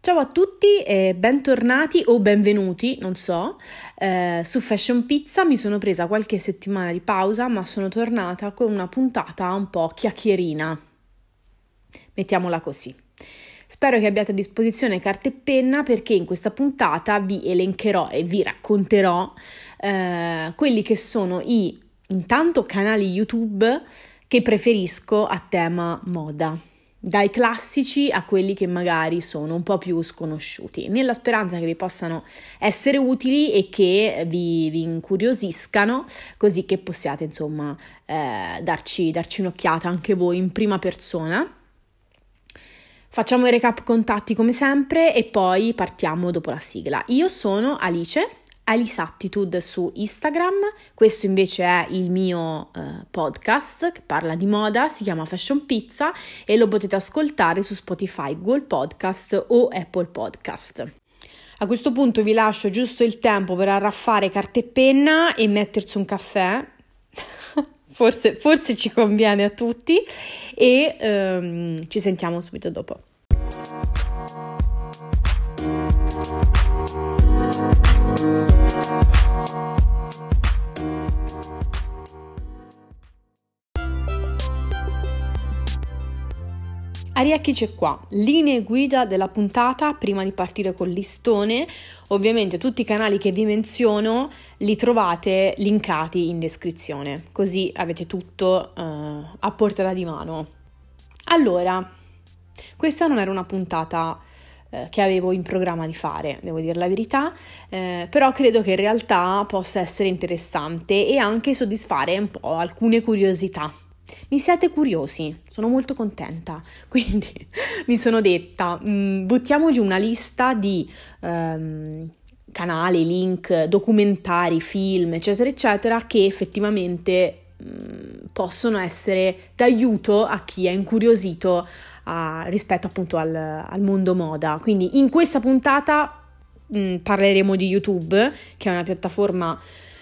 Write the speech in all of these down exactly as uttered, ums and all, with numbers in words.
Ciao a tutti e bentornati o benvenuti, non so, eh, su Fashion Pizza. Mi sono presa qualche settimana di pausa, ma sono tornata con una puntata un po' chiacchierina, mettiamola così. Spero che abbiate a disposizione carta e penna, perché in questa puntata vi elencherò e vi racconterò eh, quelli che sono i, intanto, canali YouTube che preferisco a tema moda, dai classici a quelli che magari sono un po' più sconosciuti, nella speranza che vi possano essere utili e che vi, vi incuriosiscano, così che possiate insomma eh, darci, darci un'occhiata anche voi in prima persona. Facciamo il recap contatti come sempre e poi partiamo dopo la sigla. Io sono Alice, Alice Attitude su Instagram. Questo invece è il mio eh, podcast che parla di moda, si chiama Fashion Pizza e lo potete ascoltare su Spotify, Google Podcast o Apple Podcast. A questo punto vi lascio giusto il tempo per arraffare carta e penna e metterci un caffè. Forse, forse ci conviene a tutti e um, ci sentiamo subito dopo. A rieccoci qua, linee guida della puntata prima di partire col listone. Ovviamente tutti i canali che vi menziono li trovate linkati in descrizione, così avete tutto uh, a portata di mano. Allora, questa non era una puntata uh, che avevo in programma di fare, devo dire la verità, uh, però credo che in realtà possa essere interessante e anche soddisfare un po' alcune curiosità. Mi siete curiosi? Sono molto contenta, quindi mi sono detta mh, buttiamo giù una lista di um, canali, link, documentari, film, eccetera eccetera, che effettivamente mh, possono essere d'aiuto a chi è incuriosito a, rispetto appunto al, al mondo moda. Quindi in questa puntata mh, parleremo di YouTube, che è una piattaforma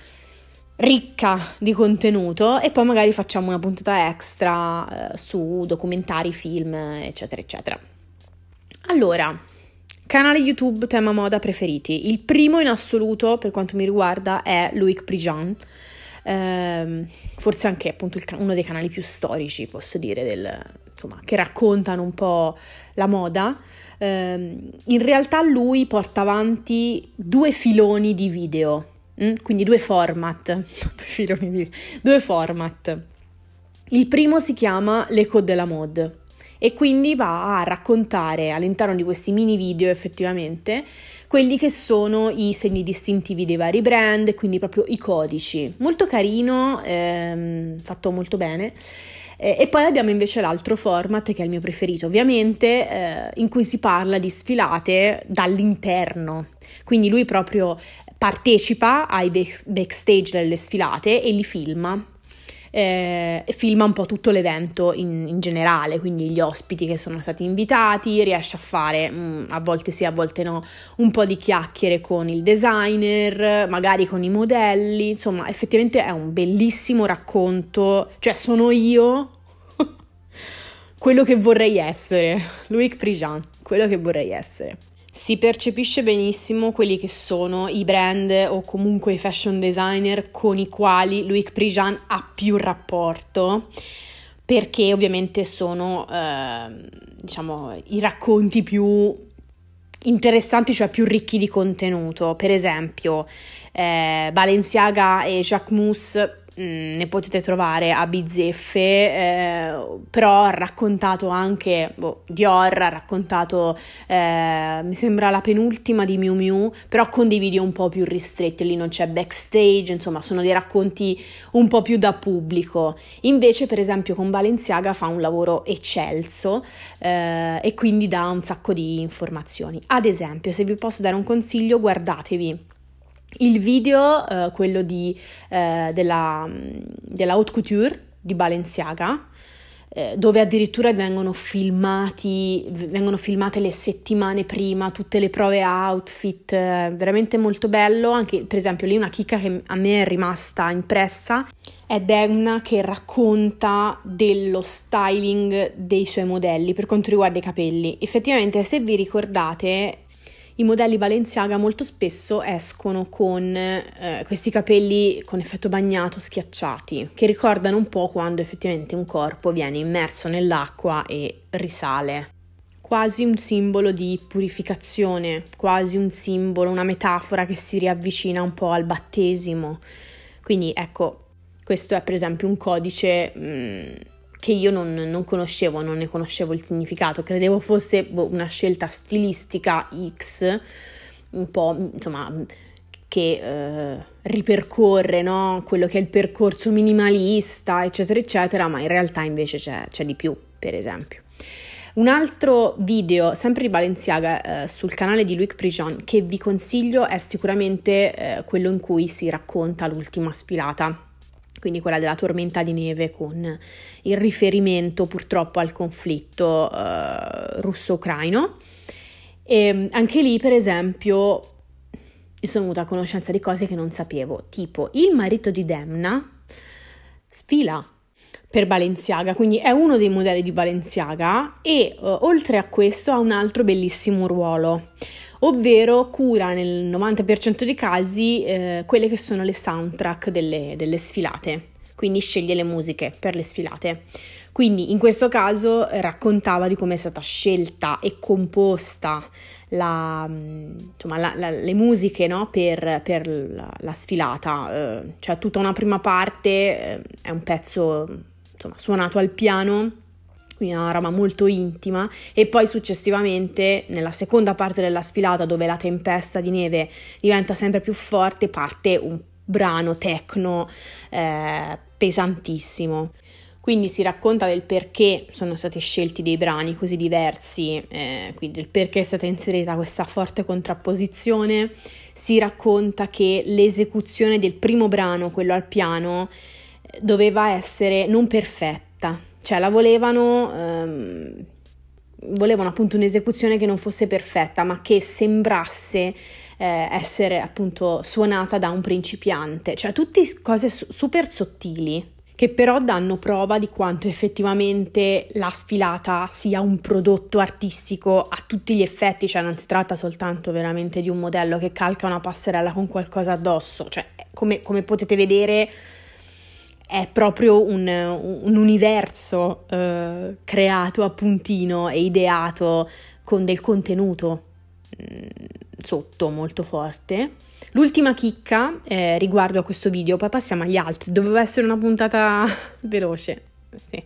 ricca di contenuto, e poi magari facciamo una puntata extra eh, su documentari, film, eccetera eccetera. Allora, canali YouTube tema moda preferiti. Il primo in assoluto per quanto mi riguarda è Loic Prigent, eh, forse anche appunto il, uno dei canali più storici, posso dire, del, insomma, che raccontano un po' la moda. Eh, in realtà lui porta avanti due filoni di video, quindi due format, due format. Il primo si chiama Le Codes de la Mode e quindi va a raccontare all'interno di questi mini video effettivamente quelli che sono i segni distintivi dei vari brand, quindi proprio i codici. Molto carino, ehm, fatto molto bene. Eh, e poi abbiamo invece l'altro format, che è il mio preferito ovviamente, eh, in cui si parla di sfilate dall'interno, quindi lui proprio partecipa ai backstage delle sfilate e li filma, eh, filma un po' tutto l'evento in, in generale, quindi gli ospiti che sono stati invitati, riesce a fare, mh, a volte sì, a volte no, un po' di chiacchiere con il designer, magari con i modelli, insomma effettivamente è un bellissimo racconto, cioè sono io quello che vorrei essere, Loic Prigent, quello che vorrei essere. Si percepisce benissimo quelli che sono i brand o comunque i fashion designer con i quali Loic Prigent ha più rapporto, perché ovviamente sono eh, diciamo i racconti più interessanti, cioè più ricchi di contenuto. Per esempio eh, Balenciaga e Jacquemus ne potete trovare a bizzeffe, eh, però ha raccontato anche boh, Dior, ha raccontato eh, mi sembra la penultima di Miu Miu, però con dei video un po' più ristretti, lì non c'è backstage, insomma sono dei racconti un po' più da pubblico. Invece per esempio con Balenciaga fa un lavoro eccelso eh, e quindi dà un sacco di informazioni. Ad esempio, se vi posso dare un consiglio, guardatevi il video, eh, quello di, eh, della, della haute couture di Balenciaga, eh, dove addirittura vengono filmati, vengono filmate le settimane prima, tutte le prove outfit, eh, veramente molto bello. Anche per esempio lì una chicca che a me è rimasta impressa è Demna che racconta dello styling dei suoi modelli per quanto riguarda i capelli. Effettivamente, se vi ricordate, i modelli Balenciaga molto spesso escono con eh, questi capelli con effetto bagnato schiacciati, che ricordano un po' quando effettivamente un corpo viene immerso nell'acqua e risale. Quasi un simbolo di purificazione, quasi un simbolo, una metafora che si riavvicina un po' al battesimo. Quindi ecco, questo è per esempio un codice mh, che io non, non conoscevo, non ne conoscevo il significato, credevo fosse boh, una scelta stilistica X, un po' insomma che eh, ripercorre, no? Quello che è il percorso minimalista, eccetera, eccetera, ma in realtà invece c'è, c'è di più, per esempio. Un altro video, sempre di Balenciaga, eh, sul canale di Loic Prigent, che vi consiglio è sicuramente eh, quello in cui si racconta l'ultima sfilata, quindi quella della tormenta di neve, con il riferimento purtroppo al conflitto eh, russo-ucraino. E anche lì, per esempio, io sono venuta a conoscenza di cose che non sapevo, tipo il marito di Demna sfila per Balenciaga, quindi è uno dei modelli di Balenciaga e uh, oltre a questo ha un altro bellissimo ruolo, ovvero cura nel novanta per cento dei casi eh, quelle che sono le soundtrack delle, delle sfilate, quindi sceglie le musiche per le sfilate. Quindi in questo caso raccontava di come è stata scelta e composta la, insomma, la, la, le musiche, no? per, per la, la sfilata, eh, cioè tutta una prima parte eh, è un pezzo insomma, suonato al piano, quindi una roba molto intima, e poi successivamente nella seconda parte della sfilata, dove la tempesta di neve diventa sempre più forte, parte un brano techno eh, pesantissimo. Quindi si racconta del perché sono stati scelti dei brani così diversi, eh, quindi del perché è stata inserita questa forte contrapposizione. Si racconta che l'esecuzione del primo brano, quello al piano, doveva essere non perfetta, cioè la volevano, ehm, volevano appunto un'esecuzione che non fosse perfetta, ma che sembrasse eh, essere appunto suonata da un principiante, cioè tutte cose su- super sottili, che però danno prova di quanto effettivamente la sfilata sia un prodotto artistico a tutti gli effetti, cioè non si tratta soltanto veramente di un modello che calca una passerella con qualcosa addosso, cioè come, come potete vedere è proprio un, un universo eh, creato a puntino e ideato con del contenuto mh, sotto molto forte. L'ultima chicca eh, riguardo a questo video, poi passiamo agli altri, doveva essere una puntata veloce, sì.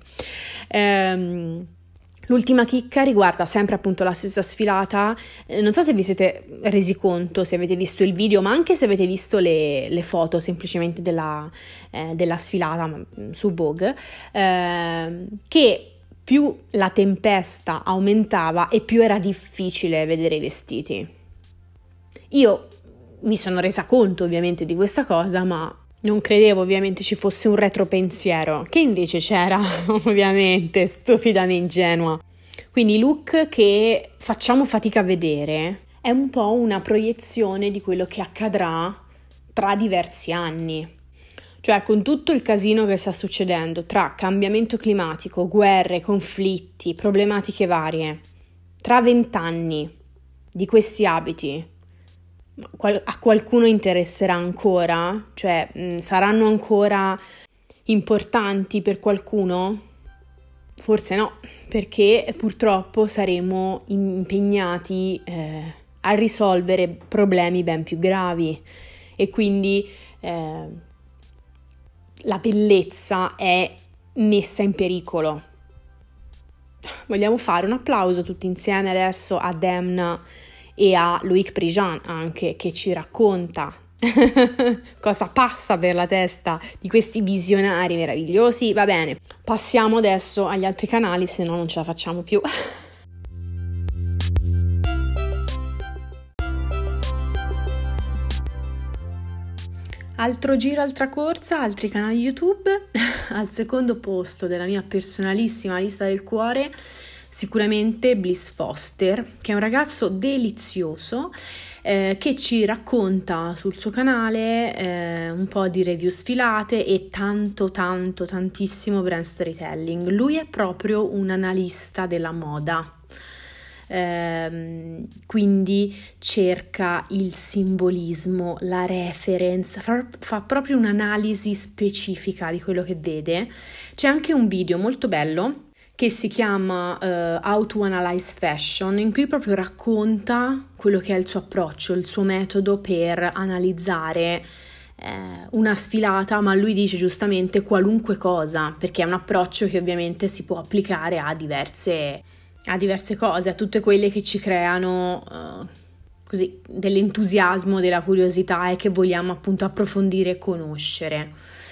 Ehm, l'ultima chicca riguarda sempre appunto la stessa sfilata, eh, non so se vi siete resi conto, se avete visto il video, ma anche se avete visto le, le foto semplicemente della, eh, della sfilata su Vogue, eh, che più la tempesta aumentava e più era difficile vedere i vestiti. Io mi sono resa conto ovviamente di questa cosa, ma non credevo ovviamente ci fosse un retropensiero, che invece c'era, ovviamente, stupidamente ingenua. Quindi i look che facciamo fatica a vedere è un po' una proiezione di quello che accadrà tra diversi anni. Cioè, con tutto il casino che sta succedendo tra cambiamento climatico, guerre, conflitti, problematiche varie, tra vent'anni di questi abiti, a qualcuno interesserà ancora? Cioè, mh, saranno ancora importanti per qualcuno? Forse no, perché purtroppo saremo impegnati eh, a risolvere problemi ben più gravi e quindi eh, la bellezza è messa in pericolo. Vogliamo fare un applauso tutti insieme adesso a Demna e a Loic Prigent anche, che ci racconta cosa passa per la testa di questi visionari meravigliosi. Va bene, passiamo adesso agli altri canali, se no non ce la facciamo più. Altro giro, altra corsa, altri canali YouTube. Al secondo posto della mia personalissima lista del cuore, sicuramente Bliss Foster, che è un ragazzo delizioso eh, che ci racconta sul suo canale eh, un po' di review sfilate e tanto tanto tantissimo brand storytelling. Lui è proprio un analista della moda. Ehm, quindi cerca il simbolismo, la reference, fa, fa proprio un'analisi specifica di quello che vede. C'è anche un video molto bello che si chiama uh, How to Analyze Fashion, in cui proprio racconta quello che è il suo approccio, il suo metodo per analizzare eh, una sfilata, ma lui dice giustamente qualunque cosa, perché è un approccio che ovviamente si può applicare a diverse a diverse cose, a tutte quelle che ci creano uh, così dell'entusiasmo, della curiosità e che vogliamo appunto approfondire e conoscere.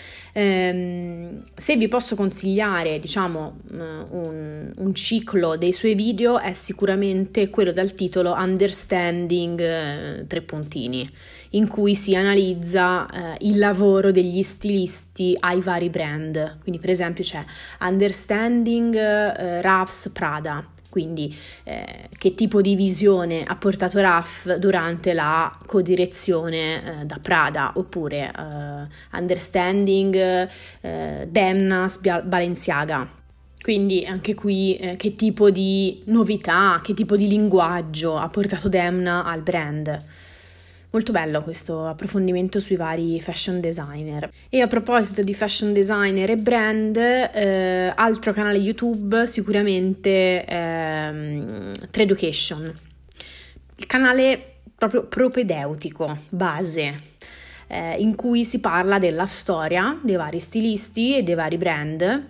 Um, se vi posso consigliare, diciamo, uh, un, un ciclo dei suoi video è sicuramente quello dal titolo Understanding uh, tre puntini, in cui si analizza uh, il lavoro degli stilisti ai vari brand. Quindi per esempio c'è Understanding uh, Ralph's Prada, quindi eh, che tipo di visione ha portato Ralph durante la codirezione eh, da Prada, oppure eh, Understanding eh, Demna's Balenciaga. Quindi anche qui eh, che tipo di novità, che tipo di linguaggio ha portato Demna al brand. Molto bello questo approfondimento sui vari fashion designer. E a proposito di fashion designer e brand, eh, altro canale YouTube sicuramente ehm, Treducation, il canale proprio propedeutico, base, eh, in cui si parla della storia dei vari stilisti e dei vari brand.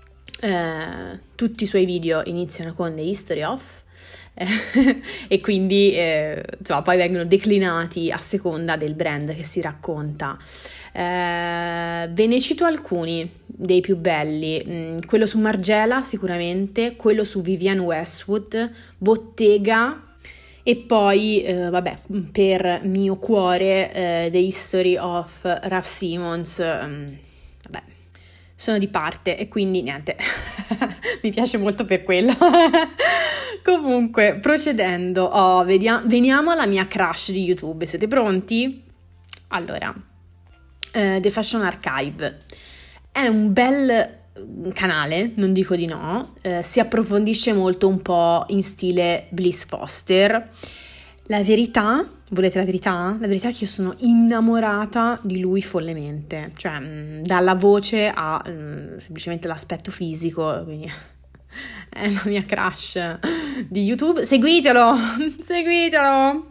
Eh, tutti i suoi video iniziano con The History of e quindi eh, insomma, poi vengono declinati a seconda del brand che si racconta. Eh, ve ne cito alcuni dei più belli: mm, quello su Margiela sicuramente, quello su Vivienne Westwood, Bottega, e poi eh, vabbè, per mio cuore eh, The History of Raf Simons. mm, vabbè sono di parte e quindi niente, mi piace molto per quello. Comunque, procedendo, oh, vediamo, veniamo alla mia crush di YouTube. Siete pronti? Allora, eh, The Fashion Archive è un bel canale, non dico di no, eh, si approfondisce molto un po' in stile Bliss Foster. La verità, volete la verità? La verità è che io sono innamorata di lui follemente, cioè mh, dalla voce a mh, semplicemente l'aspetto fisico, quindi è la mia crush di YouTube. Seguitelo, seguitelo!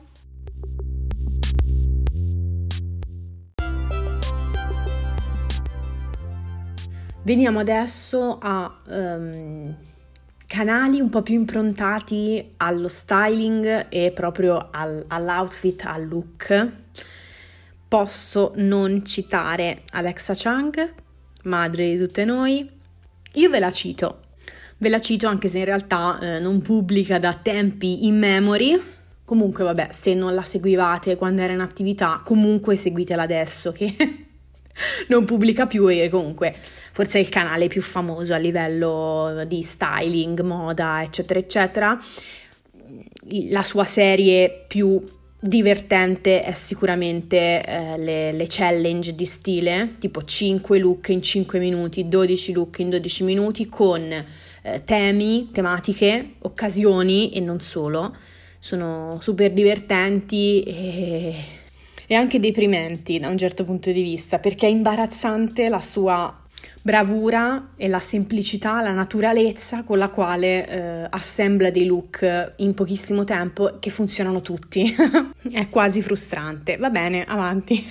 Veniamo adesso a um, canali un po' più improntati allo styling e proprio al, all'outfit, al look. Posso non citare Alexa Chung, madre di tutte noi. Io ve la cito, ve la cito anche se in realtà eh, non pubblica da tempi immemori. Comunque vabbè, se non la seguivate quando era in attività, comunque seguitela adesso che non pubblica più, e comunque forse è il canale più famoso a livello di styling, moda, eccetera eccetera. La sua serie più divertente è sicuramente eh, le, le challenge di stile, tipo cinque look in cinque minuti, dodici look in dodici minuti, con eh, temi, tematiche, occasioni e non solo. Sono super divertenti e e anche deprimenti da un certo punto di vista, perché è imbarazzante la sua bravura e la semplicità, la naturalezza con la quale eh, assembla dei look in pochissimo tempo che funzionano tutti. È quasi frustrante. Va bene, avanti.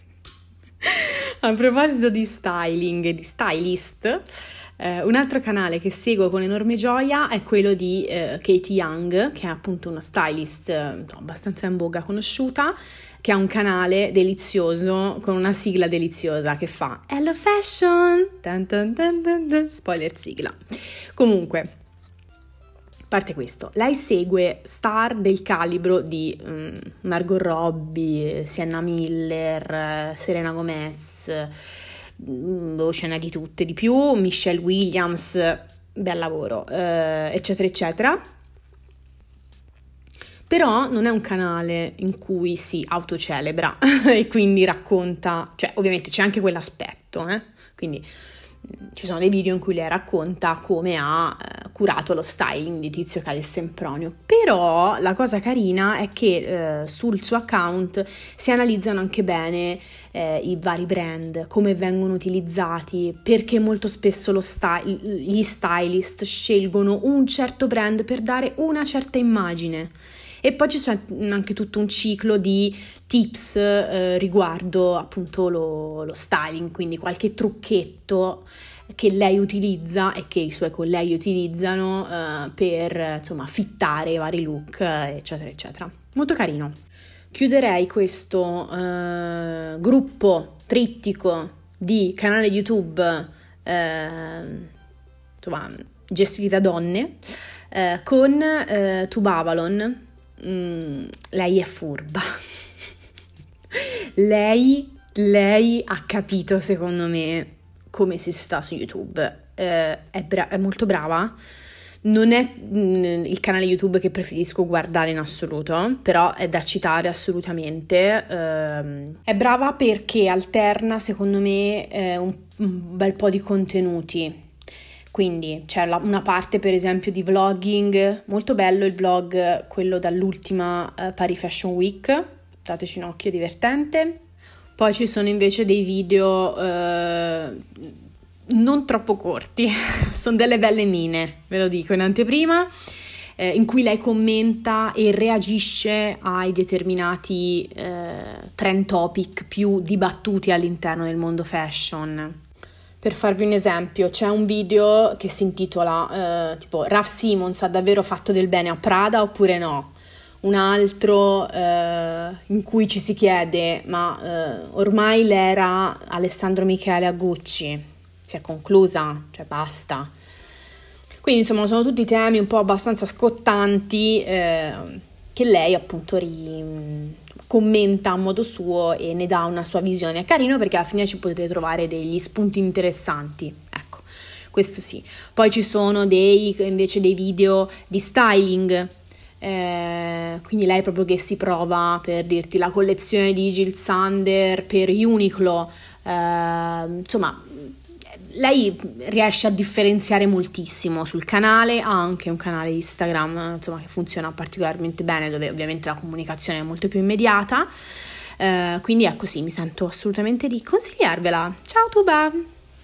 A proposito di styling e di stylist, eh, un altro canale che seguo con enorme gioia è quello di eh, Katie Young, che è appunto una stylist eh, abbastanza in voga, conosciuta, che ha un canale delizioso con una sigla deliziosa che fa Hello Fashion, dun dun dun dun dun. Spoiler sigla. Comunque, parte questo, lei segue star del calibro di um, Margot Robbie, Sienna Miller, Selena Gomez, um, ce n'è di tutte di più, Michelle Williams, bel lavoro, uh, eccetera eccetera. Però non è un canale in cui si autocelebra e quindi racconta, cioè ovviamente c'è anche quell'aspetto, eh? Quindi ci sono dei video in cui lei racconta come ha eh, curato lo styling di Tizio Caio Sempronio, però la cosa carina è che eh, sul suo account si analizzano anche bene eh, i vari brand, come vengono utilizzati, perché molto spesso lo sty- gli stylist scelgono un certo brand per dare una certa immagine. E poi c'è anche tutto un ciclo di tips eh, riguardo appunto lo, lo styling, quindi qualche trucchetto che lei utilizza e che i suoi colleghi utilizzano eh, per insomma fittare i vari look, eccetera eccetera. Molto carino. Chiuderei questo eh, gruppo trittico di canale YouTube eh, insomma gestiti da donne eh, con eh, Tubabalon. Mm, lei è furba. lei, lei ha capito, secondo me, come si sta su YouTube. Eh, è, bra- è molto brava. Non è mm, il canale YouTube che preferisco guardare in assoluto, però è da citare assolutamente. Eh, è brava perché alterna, secondo me, eh, un, un bel po' di contenuti. Quindi c'è la, una parte per esempio di vlogging, molto bello il vlog, quello dall'ultima uh, Paris Fashion Week, dateci un occhio, divertente. Poi ci sono invece dei video uh, non troppo corti, sono delle belle mine, ve lo dico in anteprima, eh, in cui lei commenta e reagisce ai determinati eh, trend topic più dibattuti all'interno del mondo fashion. Per farvi un esempio, c'è un video che si intitola eh, tipo Raf Simons ha davvero fatto del bene a Prada oppure no? Un altro eh, in cui ci si chiede ma eh, ormai l'era Alessandro Michele a Gucci si è conclusa, cioè basta. Quindi insomma sono tutti temi un po' abbastanza scottanti eh, che lei appunto ri... commenta a modo suo e ne dà una sua visione. È carino perché alla fine ci potete trovare degli spunti interessanti, ecco, questo sì. Poi ci sono dei invece dei video di styling, eh, quindi lei proprio che si prova, per dirti, la collezione di Jil Sander per Uniqlo, eh, insomma lei riesce a differenziare moltissimo sul canale, ha anche un canale Instagram insomma che funziona particolarmente bene, dove ovviamente la comunicazione è molto più immediata, eh, quindi ecco sì, mi sento assolutamente di consigliarvela. Ciao Tuba!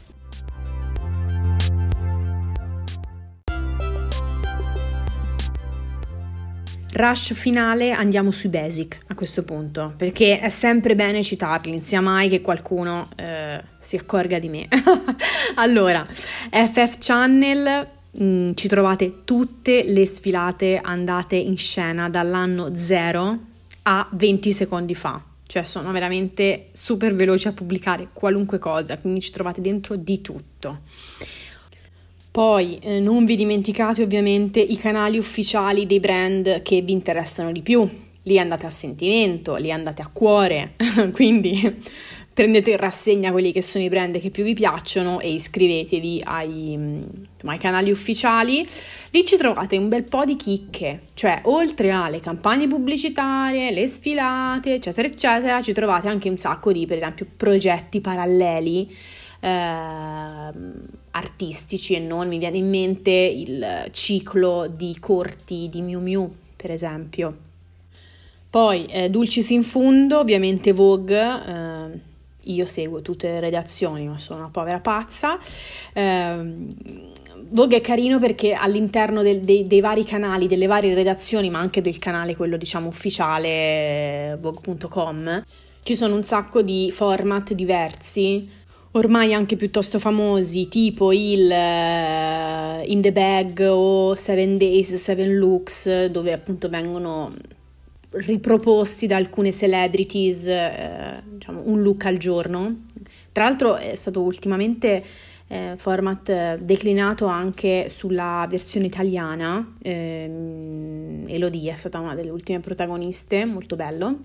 Rush finale, andiamo sui basic a questo punto, perché è sempre bene citarli, non sia mai che qualcuno eh, si accorga di me. Allora, F F Channel, mh, ci trovate tutte le sfilate andate in scena dall'anno zero a venti secondi fa, cioè sono veramente super veloci a pubblicare qualunque cosa, quindi ci trovate dentro di tutto. Poi eh, non vi dimenticate ovviamente i canali ufficiali dei brand che vi interessano di più, lì andate a sentimento, lì andate a cuore, quindi prendete in rassegna quelli che sono i brand che più vi piacciono e iscrivetevi ai, ai canali ufficiali. Lì ci trovate un bel po' di chicche, cioè oltre alle campagne pubblicitarie, le sfilate, eccetera, eccetera, ci trovate anche un sacco di, per esempio, progetti paralleli, Eh, artistici, e non mi viene in mente il ciclo di corti di Miu Miu, per esempio. Poi eh, Dulcis in Fundo, ovviamente Vogue, eh, io seguo tutte le redazioni ma sono una povera pazza. eh, Vogue è carino perché all'interno del, dei, dei vari canali, delle varie redazioni, ma anche del canale quello diciamo ufficiale vogue punto com, ci sono un sacco di format diversi, ormai anche piuttosto famosi, tipo il uh, In the Bag o Seven Days, Seven Looks, dove appunto vengono riproposti da alcune celebrities, eh, diciamo un look al giorno. Tra l'altro è stato ultimamente eh, format declinato anche sulla versione italiana. eh, Elodie è stata una delle ultime protagoniste, molto bello.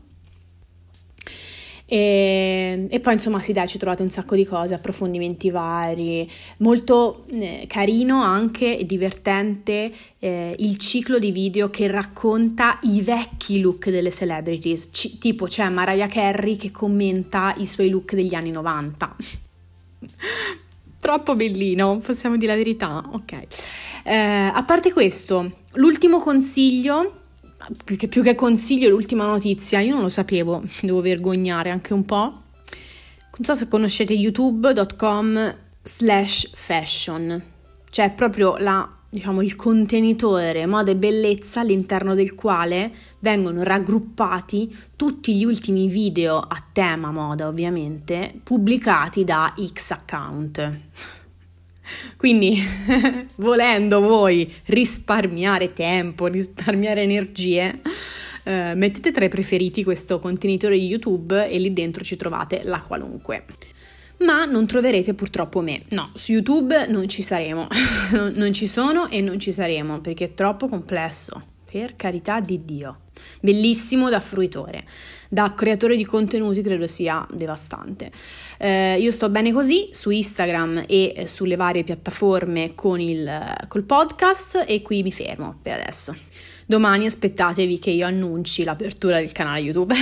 E, e poi insomma sì, dai, ci trovate un sacco di cose, approfondimenti vari, molto eh, carino anche e divertente eh, il ciclo di video che racconta i vecchi look delle celebrities. C- tipo c'è Mariah Carey che commenta i suoi look degli anni novanta. Troppo bellino, possiamo dire la verità, ok. Eh, a parte questo, l'ultimo consiglio, più che, più che consiglio, l'ultima notizia, io non lo sapevo, mi devo vergognare anche un po'. Non so se conoscete youtube punto com slash fashion, cioè proprio la, diciamo, il contenitore moda e bellezza all'interno del quale vengono raggruppati tutti gli ultimi video a tema moda, ovviamente, pubblicati da X account. Quindi, volendo voi risparmiare tempo, risparmiare energie, eh, mettete tra i preferiti questo contenitore di YouTube e lì dentro ci trovate la qualunque. Ma non troverete purtroppo me. No, su YouTube non ci saremo, non ci sono e non ci saremo perché è troppo complesso, per carità di Dio. Bellissimo da fruitore, da creatore di contenuti credo sia devastante. Eh, io sto bene così su Instagram e eh, sulle varie piattaforme con il col podcast e qui mi fermo per adesso. Domani aspettatevi che io annunci l'apertura del canale YouTube.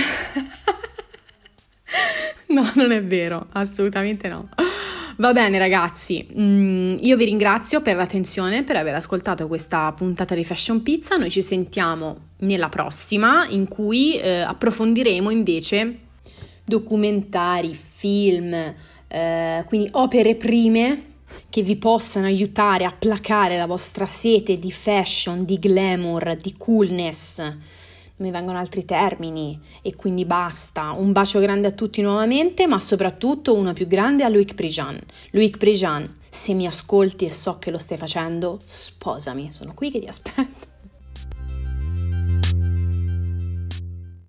No, non è vero, assolutamente no. Va bene ragazzi, mm, io vi ringrazio per l'attenzione, per aver ascoltato questa puntata di Fashion Pizza. Noi ci sentiamo nella prossima in cui eh, approfondiremo invece documentari, film, eh, quindi opere prime che vi possano aiutare a placare la vostra sete di fashion, di glamour, di coolness. Mi vengono altri termini e quindi basta. Un bacio grande a tutti nuovamente, ma soprattutto uno più grande a Loïc Prigent. Loïc Prigent, se mi ascolti e so che lo stai facendo, sposami, sono qui che ti aspetto.